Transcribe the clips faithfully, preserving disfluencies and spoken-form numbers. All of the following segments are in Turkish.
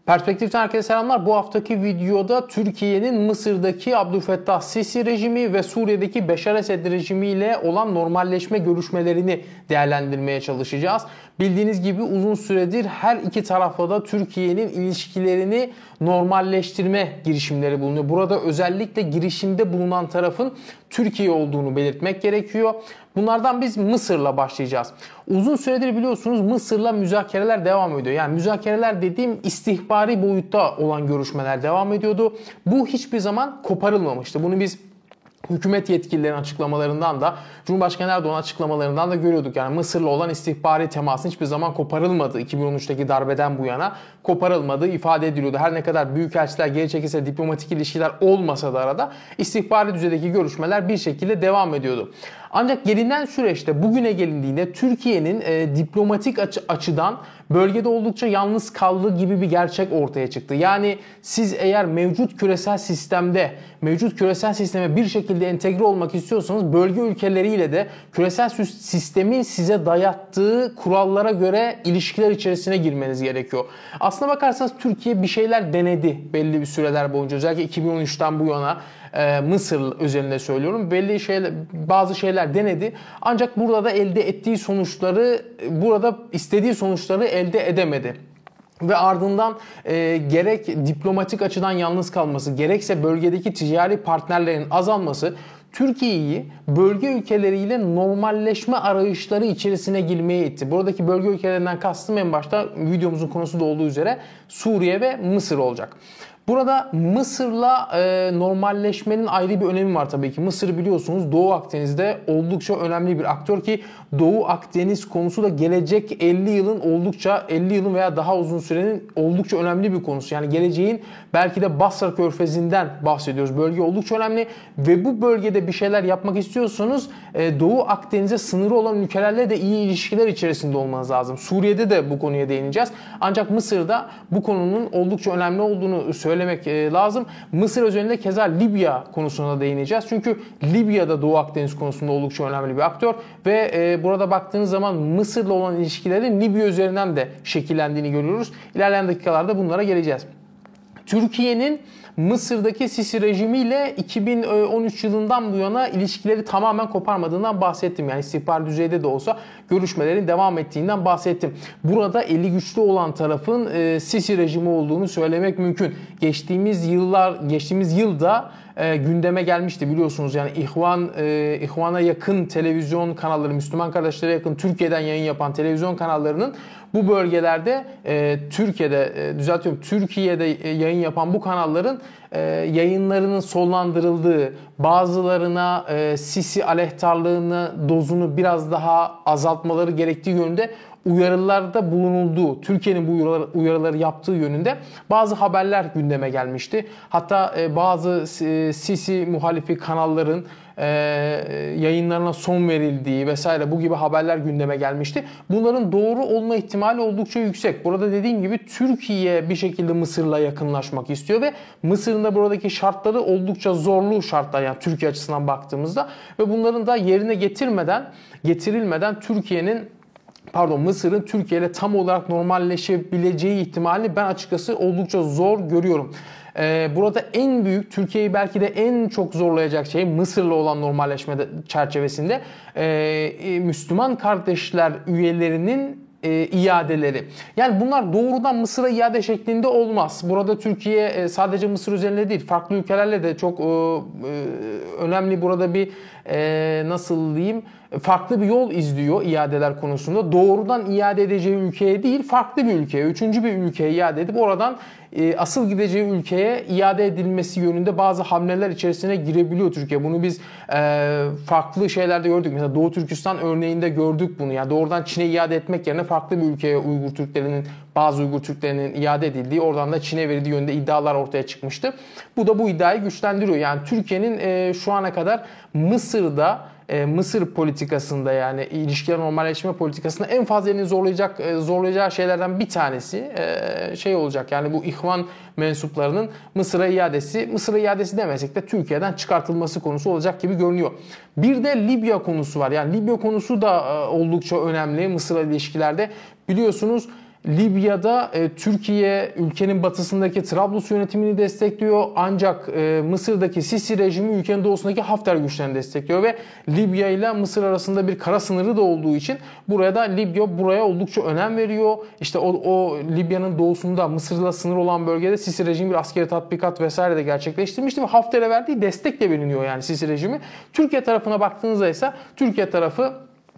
Perspektiften herkese selamlar. Bu haftaki videoda Türkiye'nin Mısır'daki Abdülfettah Sisi rejimi ve Suriye'deki Beşar Esed rejimi ile olan normalleşme görüşmelerini değerlendirmeye çalışacağız. Bildiğiniz gibi uzun süredir her iki tarafla da Türkiye'nin ilişkilerini normalleştirme girişimleri bulunuyor. Burada özellikle girişimde bulunan tarafın Türkiye olduğunu belirtmek gerekiyor. Bunlardan biz Mısır'la başlayacağız. Uzun süredir biliyorsunuz Mısır'la müzakereler devam ediyor. Yani müzakereler dediğim istihbari boyutta olan görüşmeler devam ediyordu. Bu hiçbir zaman koparılmamıştı. Bunu biz hükümet yetkililerinin açıklamalarından da Cumhurbaşkanı Erdoğan açıklamalarından da görüyorduk. Yani Mısır'la olan istihbari temasın hiçbir zaman koparılmadı. iki bin on üçteki darbeden bu yana koparılmadığı ifade ediliyordu. Her ne kadar büyükelçiler geri çekilse, diplomatik ilişkiler olmasa da arada istihbari düzeydeki görüşmeler bir şekilde devam ediyordu. Ancak gelinen süreçte bugüne gelindiğinde Türkiye'nin e, diplomatik açı, açıdan bölgede oldukça yalnız kaldığı gibi bir gerçek ortaya çıktı. Yani siz eğer mevcut küresel sistemde, mevcut küresel sisteme bir şekilde entegre olmak istiyorsanız bölge ülkeleriyle de küresel sistemin size dayattığı kurallara göre ilişkiler içerisine girmeniz gerekiyor. Aslına bakarsanız Türkiye bir şeyler denedi belli bir süreler boyunca. Özellikle iki bin on üçten bu yana e, Mısır özelinde söylüyorum. Belli şeyler, bazı şeyler denedi. Ancak burada da elde ettiği sonuçları, burada istediği sonuçları elde edemedi. Ve ardından e, gerek diplomatik açıdan yalnız kalması, gerekse bölgedeki ticari partnerlerin azalması Türkiye'yi bölge ülkeleriyle normalleşme arayışları içerisine girmeye itti. Buradaki bölge ülkelerinden kastım en başta videomuzun konusu da olduğu üzere Suriye ve Mısır olacak. Burada Mısır'la e, normalleşmenin ayrı bir önemi var tabii ki. Mısır biliyorsunuz Doğu Akdeniz'de oldukça önemli bir aktör ki Doğu Akdeniz konusu da gelecek elli yılın oldukça elli yılın veya daha uzun sürenin oldukça önemli bir konusu. Yani geleceğin belki de Basra Körfezi'nden bahsediyoruz. Bölge oldukça önemli ve bu bölgede bir şeyler yapmak istiyorsanız e, Doğu Akdeniz'e sınırı olan ülkelerle de iyi ilişkiler içerisinde olmanız lazım. Suriye'de de bu konuya değineceğiz. Ancak Mısır'da bu konunun oldukça önemli olduğunu söylemek lazım. Mısır özelinde keza Libya konusuna da değineceğiz. Çünkü Libya'da Doğu Akdeniz konusunda oldukça önemli bir aktör ve e, burada baktığınız zaman Mısır'la olan ilişkilerin Libya üzerinden de şekillendiğini görüyoruz. İlerleyen dakikalarda bunlara geleceğiz. Türkiye'nin Mısır'daki Sisi rejimiyle iki bin on üç yılından bu yana ilişkileri tamamen koparmadığından bahsettim. Yani istihbari düzeyde de olsa görüşmelerin devam ettiğinden bahsettim. Burada eli güçlü olan tarafın e, Sisi rejimi olduğunu söylemek mümkün. Geçtiğimiz yıllar, geçtiğimiz yılda e, gündeme gelmişti biliyorsunuz. Yani İhvan, e, İhvan'a yakın televizyon kanalları, Müslüman kardeşlere yakın Türkiye'den yayın yapan televizyon kanallarının bu bölgelerde e, Türkiye'de e, düzeltiyorum Türkiye'de e, yayın yapan bu kanalların e, yayınlarının sonlandırıldığı, bazılarına e, Sisi aleyhtarlığını dozunu biraz daha azaltmaları gerektiği yönünde uyarılarda bulunulduğu, Türkiye'nin bu uyarıları, uyarıları yaptığı yönünde bazı haberler gündeme gelmişti. Hatta e, bazı e, Sisi muhalifi kanalların e, yayınlarına son verildiği vesaire bu gibi haberler gündeme gelmişti. Bunların doğru olma ihtimali oldukça yüksek. Burada dediğim gibi Türkiye bir şekilde Mısır'la yakınlaşmak istiyor ve Mısır'ın da buradaki şartları oldukça zorlu şartlar yani Türkiye açısından baktığımızda ve bunların da yerine getirmeden, getirilmeden Türkiye'nin Pardon Mısır'ın Türkiye ile tam olarak normalleşebileceği ihtimalini ben açıkçası oldukça zor görüyorum. Ee, burada en büyük, Türkiye'yi belki de en çok zorlayacak şey Mısır'la olan normalleşme çerçevesinde e, Müslüman kardeşler üyelerinin E, iadeleri. Yani bunlar doğrudan Mısır'a iade şeklinde olmaz. Burada Türkiye e, sadece Mısır üzerinde değil, farklı ülkelerle de çok e, e, önemli burada bir e, nasıl diyeyim farklı bir yol izliyor iadeler konusunda. Doğrudan iade edeceği ülkeye değil, farklı bir ülkeye, üçüncü bir ülkeye iade edip oradan e, asıl gideceği ülkeye iade edilmesi yönünde bazı hamleler içerisine girebiliyor Türkiye. Bunu biz e, farklı şeylerde gördük. Mesela Doğu Türkistan örneğinde gördük bunu. Yani doğrudan Çin'e iade etmek yerine farklı bir ülkeye Uygur Türklerinin, bazı Uygur Türklerinin iade edildiği, oradan da Çin'e verildiği yönünde iddialar ortaya çıkmıştı. Bu da bu iddiayı güçlendiriyor. Yani Türkiye'nin e, şu ana kadar Mısır'da Mısır politikasında yani ilişkiler normalleşme politikasında en fazla elini zorlayacak zorlayacağı şeylerden bir tanesi şey olacak. Yani bu İhvan mensuplarının Mısır'a iadesi, Mısır'a iadesi demesek de Türkiye'den çıkartılması konusu olacak gibi görünüyor. Bir de Libya konusu var. Yani Libya konusu da oldukça önemli Mısır'la ilişkilerde. Biliyorsunuz Libya'da e, Türkiye ülkenin batısındaki Trablus yönetimini destekliyor. Ancak e, Mısır'daki Sisi rejimi ülkenin doğusundaki Hafter güçlerini destekliyor ve Libya ile Mısır arasında bir kara sınırı da olduğu için buraya da Libya buraya oldukça önem veriyor. İşte o, o Libya'nın doğusunda Mısır'la sınır olan bölgede Sisi rejimi bir askeri tatbikat vesaire de gerçekleştirmişti ve Hafter'e verdiği destekle biliniyor yani Sisi rejimi. Türkiye tarafına baktığınızda ise Türkiye tarafı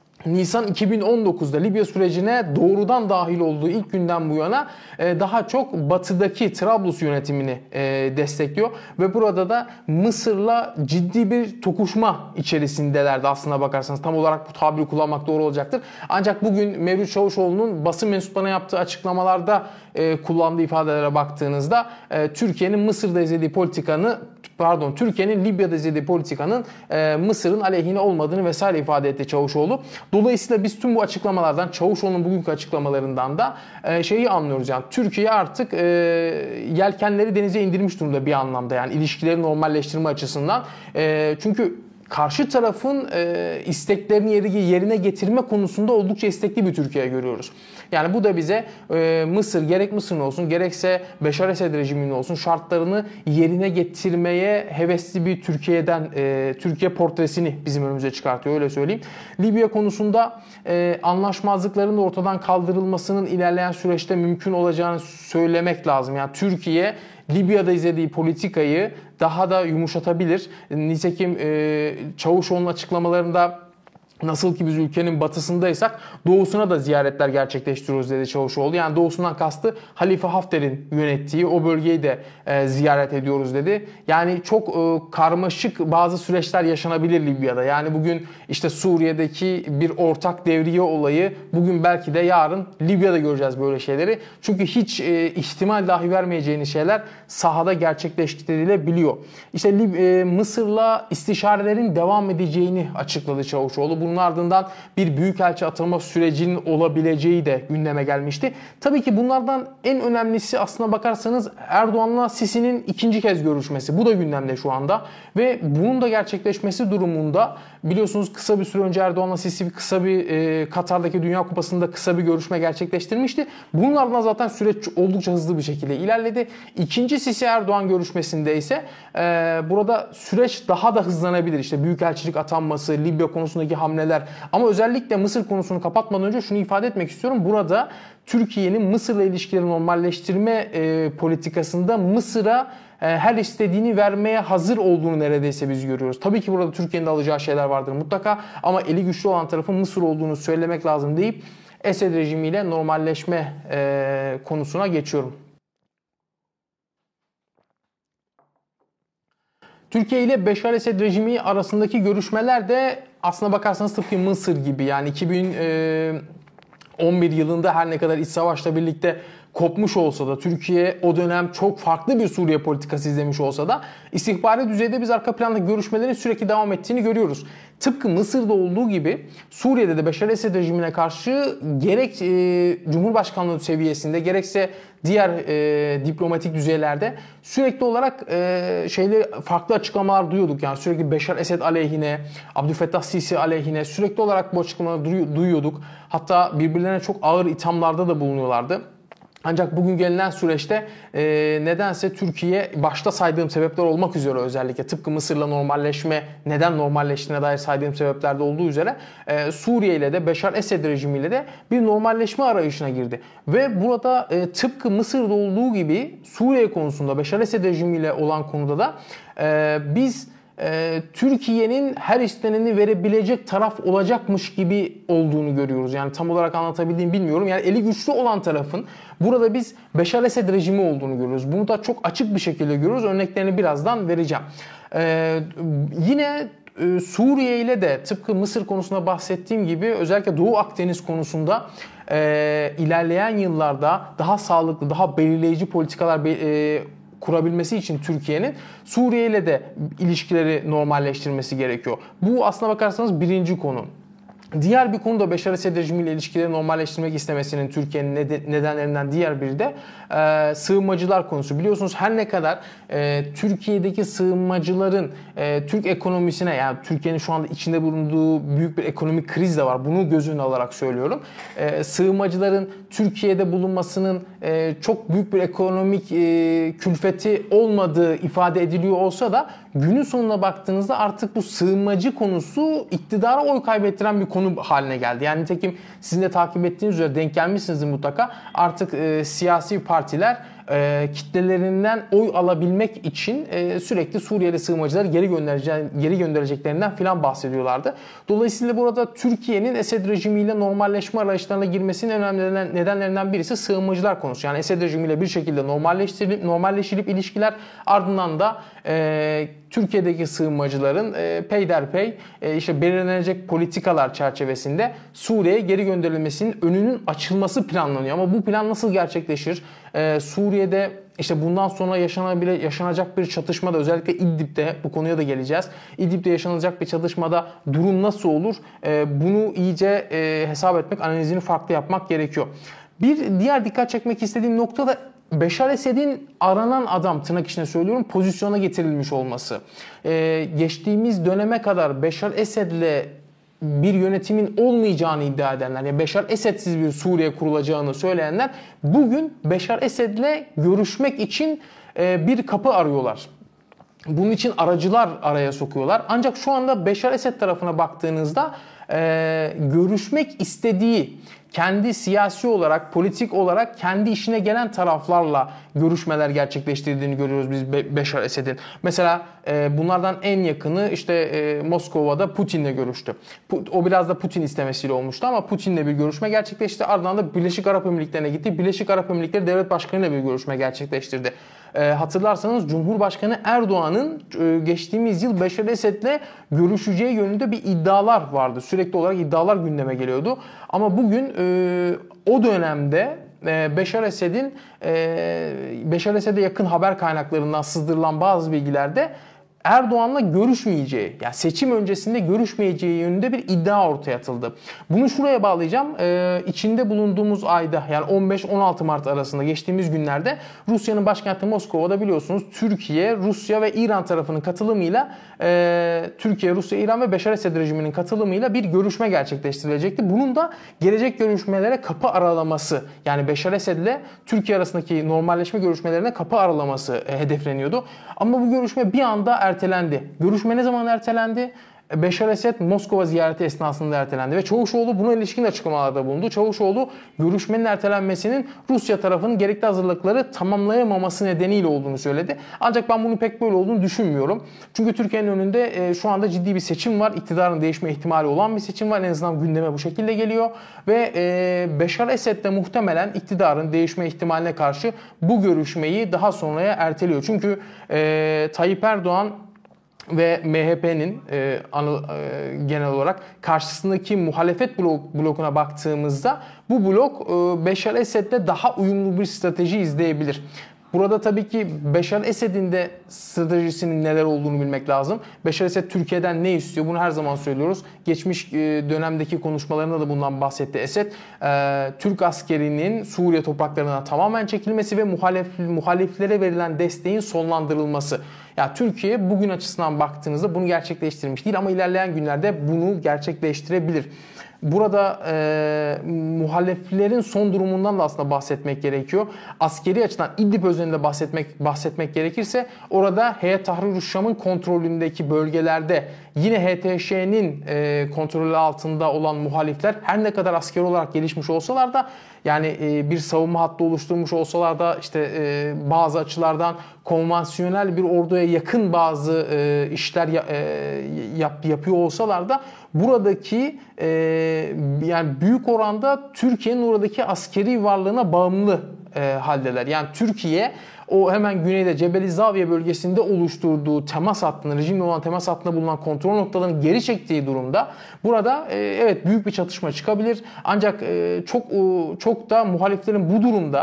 Nisan iki bin on dokuz'da Libya sürecine doğrudan dahil olduğu ilk günden bu yana daha çok batıdaki Trablus yönetimini destekliyor ve burada da Mısır'la ciddi bir tokuşma içerisindelerdi aslına bakarsanız. Tam olarak bu tabiri kullanmak doğru olacaktır. Ancak bugün Mevlüt Çavuşoğlu'nun basın mensuplarına yaptığı açıklamalarda kullandığı ifadelere baktığınızda Türkiye'nin Mısır'da izlediği politikanı pardon Türkiye'nin Libya'da izlediği politikanın e, Mısır'ın aleyhine olmadığını vesaire ifade etti Çavuşoğlu. Dolayısıyla biz tüm bu açıklamalardan, Çavuşoğlu'nun bugünkü açıklamalarından da e, şeyi anlıyoruz yani Türkiye artık e, yelkenleri denize indirmiş durumda bir anlamda yani ilişkileri normalleştirme açısından. E, çünkü karşı tarafın e, isteklerini yerine getirme konusunda oldukça istekli bir Türkiye görüyoruz. Yani bu da bize e, Mısır, gerek Mısır'ın olsun gerekse Beşar Esed rejiminin olsun şartlarını yerine getirmeye hevesli bir Türkiye'den, e, Türkiye portresini bizim önümüze çıkartıyor öyle söyleyeyim. Libya konusunda e, anlaşmazlıkların da ortadan kaldırılmasının ilerleyen süreçte mümkün olacağını söylemek lazım. Yani Türkiye Libya'da izlediği politikayı daha da yumuşatabilir. Nitekim e, Çavuşoğlu'nun açıklamalarında nasıl ki biz ülkenin batısındaysak doğusuna da ziyaretler gerçekleştiriyoruz dedi Çavuşoğlu. Yani doğusundan kastı Halife Hafter'in yönettiği o bölgeyi de e, ziyaret ediyoruz dedi. Yani çok e, karmaşık bazı süreçler yaşanabilir Libya'da. Yani bugün işte Suriye'deki bir ortak devriye olayı bugün belki de yarın Libya'da göreceğiz böyle şeyleri. Çünkü hiç e, ihtimal dahi vermeyeceğiniz şeyler sahada gerçekleştirilebiliyor. İşte e, Mısır'la istişarelerin devam edeceğini açıkladı Çavuşoğlu. Bunun ardından bir büyükelçi atama sürecinin olabileceği de gündeme gelmişti. Tabii ki bunlardan en önemlisi aslına bakarsanız Erdoğan'la Sisi'nin ikinci kez görüşmesi. Bu da gündemde şu anda ve bunun da gerçekleşmesi durumunda biliyorsunuz kısa bir süre önce Erdoğan'la Sisi kısa bir e, Katar'daki Dünya Kupası'nda kısa bir görüşme gerçekleştirmişti. Bunun ardından zaten süreç oldukça hızlı bir şekilde ilerledi. İkinci Sisi Erdoğan görüşmesinde ise e, burada süreç daha da hızlanabilir. İşte büyükelçilik atanması, Libya konusundaki hamleler ama özellikle Mısır konusunu kapatmadan önce şunu ifade etmek istiyorum. Burada Türkiye'nin Mısır'la ilişkileri normalleştirme e, politikasında Mısır'a e, her istediğini vermeye hazır olduğunu neredeyse biz görüyoruz. Tabii ki burada Türkiye'nin de alacağı şeyler vardır mutlaka ama eli güçlü olan tarafın Mısır olduğunu söylemek lazım deyip Esed rejimiyle normalleşme e, konusuna geçiyorum. Türkiye ile Beşar Esed rejimi arasındaki görüşmeler de aslına bakarsanız tıpkı Mısır gibi yani iki bin on bir yılında her ne kadar iç savaşla birlikte kopmuş olsa da Türkiye o dönem çok farklı bir Suriye politikası izlemiş olsa da istihbari düzeyde biz arka planda görüşmelerin sürekli devam ettiğini görüyoruz. Tıpkı Mısır'da olduğu gibi Suriye'de de Beşar Esed rejimine karşı gerek e, Cumhurbaşkanlığı seviyesinde gerekse diğer e, diplomatik düzeylerde sürekli olarak e, şeyleri farklı açıklamalar duyuyorduk. Yani sürekli Beşar Esed aleyhine, Abdülfettah Sisi aleyhine sürekli olarak bu açıklamaları duyuyorduk. Hatta birbirlerine çok ağır ithamlarda da bulunuyorlardı. Ancak bugün gelinen süreçte e, nedense Türkiye başta saydığım sebepler olmak üzere özellikle tıpkı Mısır'la normalleşme neden normalleştiğine dair saydığım sebeplerde olduğu üzere e, Suriye ile de Beşar Esed rejimiyle de bir normalleşme arayışına girdi. Ve burada e, tıpkı Mısır'da olduğu gibi Suriye konusunda Beşar Esed rejimiyle olan konuda da e, biz Ee, Türkiye'nin her isteneni verebilecek taraf olacakmış gibi olduğunu görüyoruz. Yani tam olarak anlatabildiğimi bilmiyorum. Yani eli güçlü olan tarafın burada biz Beşar Esed rejimi olduğunu görüyoruz. Bunu da çok açık bir şekilde görüyoruz. Örneklerini birazdan vereceğim. Ee, yine e, Suriye ile de tıpkı Mısır konusunda bahsettiğim gibi özellikle Doğu Akdeniz konusunda e, ilerleyen yıllarda daha sağlıklı, daha belirleyici politikalar e, kurabilmesi için Türkiye'nin Suriye ile de ilişkileri normalleştirmesi gerekiyor. Bu aslına bakarsanız birinci konu. Diğer bir konu da Beşar Esed rejimiyle ilişkileri normalleştirmek istemesinin Türkiye'nin nedenlerinden diğer biri de e, sığınmacılar konusu. Biliyorsunuz her ne kadar e, Türkiye'deki sığınmacıların e, Türk ekonomisine, yani Türkiye'nin şu anda içinde bulunduğu büyük bir ekonomik kriz de var. Bunu göz önüne alarak söylüyorum. E, sığınmacıların Türkiye'de bulunmasının e, çok büyük bir ekonomik e, külfeti olmadığı ifade ediliyor olsa da günün sonuna baktığınızda artık bu sığınmacı konusu iktidara oy kaybettiren bir konu haline geldi. Yani nitekim sizin de takip ettiğiniz üzere denk gelmişsinizdir mutlaka. Artık e, siyasi partiler e, kitlelerinden oy alabilmek için e, sürekli Suriyeli sığınmacıları geri geri göndereceklerinden filan bahsediyorlardı. Dolayısıyla burada Türkiye'nin Esed rejimiyle normalleşme arayışlarına girmesinin önemli nedenlerinden birisi sığınmacılar konusu. Yani Esed rejimiyle bir şekilde normalleştirilip, normalleştirilip ilişkiler, ardından da e, Türkiye'deki sığınmacıların e, peyderpey e, işte belirlenecek politikalar çerçevesinde Suriye'ye geri gönderilmesinin önünün açılması planlanıyor. Ama bu plan nasıl gerçekleşir? E, Suriye'de işte bundan sonra yaşanabile, yaşanacak bir çatışmada, özellikle İdlib'de, bu konuya da geleceğiz. İdlib'de yaşanacak bir çatışmada durum nasıl olur? E, bunu iyice e, hesap etmek, analizini farklı yapmak gerekiyor. Bir diğer dikkat çekmek istediğim nokta da Beşar Esed'in aranan adam, tırnak içine söylüyorum, pozisyona getirilmiş olması. Ee, geçtiğimiz döneme kadar Beşar Esed'le bir yönetimin olmayacağını iddia edenler, yani Beşar Esed'siz bir Suriye kurulacağını söyleyenler bugün Beşar Esed'le görüşmek için e, bir kapı arıyorlar. Bunun için aracılar araya sokuyorlar. Ancak şu anda Beşar Esed tarafına baktığınızda e, görüşmek istediği, kendi siyasi olarak, politik olarak kendi işine gelen taraflarla görüşmeler gerçekleştirdiğini görüyoruz biz Be- Beşar Esed'in. Mesela e, bunlardan en yakını işte e, Moskova'da Putin'le görüştü. Pu- o biraz da Putin istemesiyle olmuştu ama Putin'le bir görüşme gerçekleşti. Ardından da Birleşik Arap Emirlikleri'ne gitti. Birleşik Arap Emirlikleri Devlet Başkanı'yla bir görüşme gerçekleştirdi. E, hatırlarsanız Cumhurbaşkanı Erdoğan'ın e, geçtiğimiz yıl Beşar Esed'le görüşeceği yönünde bir iddialar vardı. Sürekli olarak iddialar gündeme geliyordu. Ama bugün e, o dönemde e, Beşar Esed'in e, Beşar Esed'e yakın haber kaynaklarından sızdırılan bazı bilgilerde Erdoğan'la görüşmeyeceği, yani seçim öncesinde görüşmeyeceği yönünde bir iddia ortaya atıldı. Bunu şuraya bağlayacağım. Ee, içinde bulunduğumuz ayda, yani on beş on altı Mart arasında geçtiğimiz günlerde Rusya'nın başkenti Moskova'da biliyorsunuz Türkiye, Rusya ve İran tarafının katılımıyla e, Türkiye, Rusya, İran ve Beşar Esed rejiminin katılımıyla bir görüşme gerçekleştirilecekti. Bunun da gelecek görüşmelere kapı aralaması, yani Beşar Esed'le Türkiye arasındaki normalleşme görüşmelerine kapı aralaması e, hedefleniyordu. Ama bu görüşme bir anda ertelendi. Görüşme ne zaman ertelendi? Beşar Esed Moskova ziyareti esnasında ertelendi ve Çavuşoğlu buna ilişkin açıklamalarda bulundu. Çavuşoğlu görüşmenin ertelenmesinin Rusya tarafının gerekli hazırlıkları tamamlayamaması nedeniyle olduğunu söyledi. Ancak ben bunu pek böyle olduğunu düşünmüyorum. Çünkü Türkiye'nin önünde şu anda ciddi bir seçim var. İktidarın değişme ihtimali olan bir seçim var. En azından gündeme bu şekilde geliyor. Ve Beşar Esed de muhtemelen iktidarın değişme ihtimaline karşı bu görüşmeyi daha sonraya erteliyor. Çünkü Tayyip Erdoğan ve M H P'nin e, anı, e, genel olarak karşısındaki muhalefet blok, blokuna baktığımızda bu blok e, Beşar Esed'le daha uyumlu bir strateji izleyebilir. Burada tabii ki Beşar Esed'in de stratejisinin neler olduğunu bilmek lazım. Beşar Esed Türkiye'den ne istiyor? Bunu her zaman söylüyoruz. Geçmiş dönemdeki konuşmalarında da bundan bahsetti Esed. Ee, Türk askerinin Suriye topraklarına tamamen çekilmesi ve muhalif, muhaliflere verilen desteğin sonlandırılması. Yani Türkiye bugün açısından baktığınızda bunu gerçekleştirmiş değil ama ilerleyen günlerde bunu gerçekleştirebilir. Burada e, muhaleflerin son durumundan da aslında bahsetmek gerekiyor. Askeri açıdan İdlib özelinde bahsetmek bahsetmek gerekirse orada Heyet Tahrir Şam'ın kontrolündeki bölgelerde yine H T Ş'nin e, kontrolü altında olan muhalifler her ne kadar askeri olarak gelişmiş olsalar da, yani e, bir savunma hattı oluşturmuş olsalar da işte e, bazı açılardan konvansiyonel bir orduya yakın bazı e, işler ya, e, yap, yapıyor olsalar da buradaki e, yani büyük oranda Türkiye'nin oradaki askeri varlığına bağımlı e, haldeler. Yani Türkiye o hemen güneyde Cebeli Zaviye bölgesinde oluşturduğu temas hattını, rejimle olan temas hattında bulunan kontrol noktalarını geri çektiği durumda burada e, evet büyük bir çatışma çıkabilir. Ancak e, çok e, çok da muhaliflerin bu durumda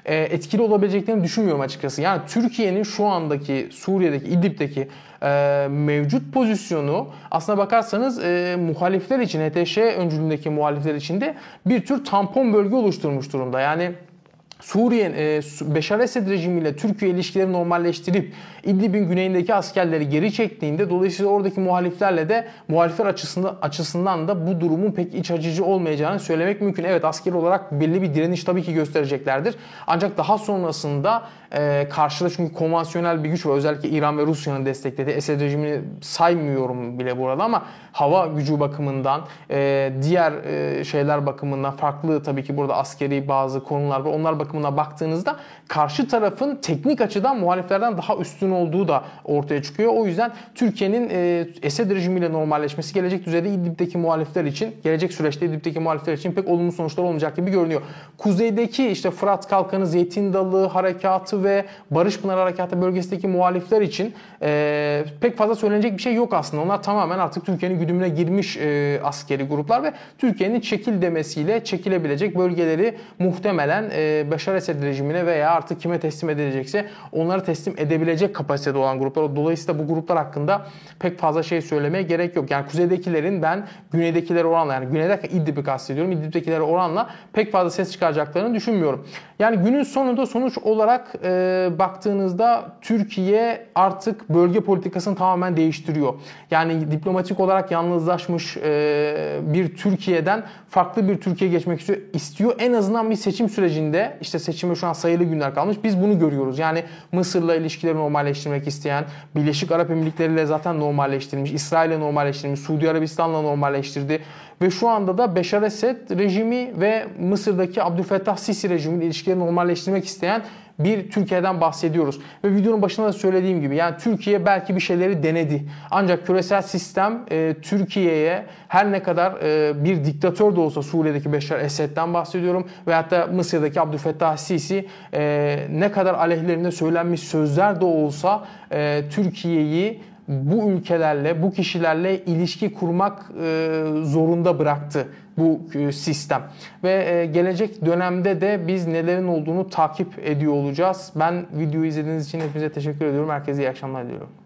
e, etkili olabileceklerini düşünmüyorum açıkçası. Yani Türkiye'nin şu andaki Suriye'deki, İdlib'deki e, mevcut pozisyonu aslına bakarsanız e, muhalifler için, H T Ş öncülüğündeki muhalifler için de bir tür tampon bölge oluşturmuş durumda. Yani Suriye, e, Beşar Esed rejimiyle Türkiye ilişkileri normalleştirip İdlib'in güneyindeki askerleri geri çektiğinde dolayısıyla oradaki muhaliflerle de muhalifler açısından, açısından da bu durumun pek iç açıcı olmayacağını söylemek mümkün. Evet, askeri olarak belli bir direniş tabii ki göstereceklerdir. Ancak daha sonrasında e, karşıda çünkü konvansiyonel bir güç var. Özellikle İran ve Rusya'nın desteklediği Esed rejimini saymıyorum bile burada ama hava gücü bakımından, e, diğer e, şeyler bakımından farklı tabii ki burada askeri bazı konular var. Onlar bakımından baktığınızda karşı tarafın teknik açıdan muhaliflerden daha üstün olduğu da ortaya çıkıyor. O yüzden Türkiye'nin e, Esed rejimiyle normalleşmesi gelecek düzeyde İdlib'deki muhalifler için, gelecek süreçte İdlib'deki muhalifler için pek olumlu sonuçlar olmayacak gibi görünüyor. Kuzeydeki işte Fırat Kalkanı, Zeytin Dalı harekatı ve Barış Pınarı harekatı bölgesindeki muhalifler için e, pek fazla söylenecek bir şey yok aslında. Onlar tamamen artık Türkiye'nin güdümüne girmiş e, askeri gruplar ve Türkiye'nin çekil demesiyle çekilebilecek bölgeleri muhtemelen e, Beşar Esed rejimine veya artık kime teslim edilecekse onları teslim edebilecek kapasitede olan gruplar. Dolayısıyla bu gruplar hakkında pek fazla şey söylemeye gerek yok. Yani kuzeydekilerin ben güneydekileri oranla, yani güneyde İdlib'i kastediyorum, İdlib'dekileri oranla pek fazla ses çıkaracaklarını düşünmüyorum. Yani günün sonunda sonuç olarak e, baktığınızda Türkiye artık bölge politikasını tamamen değiştiriyor. Yani diplomatik olarak yalnızlaşmış e, bir Türkiye'den farklı bir Türkiye geçmek istiyor. En azından bir seçim sürecinde, işte seçime şu an sayılı günler kalmış, biz bunu görüyoruz. Yani Mısır'la ilişkileri normalleştirmek isteyen, Birleşik Arap Emirlikleri ile zaten normalleştirmiş, İsrail'le normalleştirmiş, Suudi Arabistan'la normalleştirdi. Ve şu anda da Beşar Esed rejimi ve Mısır'daki Abdülfettah Sisi rejiminin ilişkileri normalleştirmek isteyen bir Türkiye'den bahsediyoruz. Ve videonun başında da söylediğim gibi yani Türkiye belki bir şeyleri denedi. Ancak küresel sistem e, Türkiye'ye her ne kadar e, bir diktatör de olsa, Suriye'deki Beşar Esed'den bahsediyorum ve hatta Mısır'daki Abdülfettah Sisi e, ne kadar aleyhlerinde söylenmiş sözler de olsa e, Türkiye'yi bu ülkelerle, bu kişilerle ilişki kurmak e, zorunda bıraktı bu e, sistem. Ve e, gelecek dönemde de biz nelerin olduğunu takip ediyor olacağız. Ben videoyu izlediğiniz için hepinize teşekkür ediyorum. Herkese iyi akşamlar diliyorum.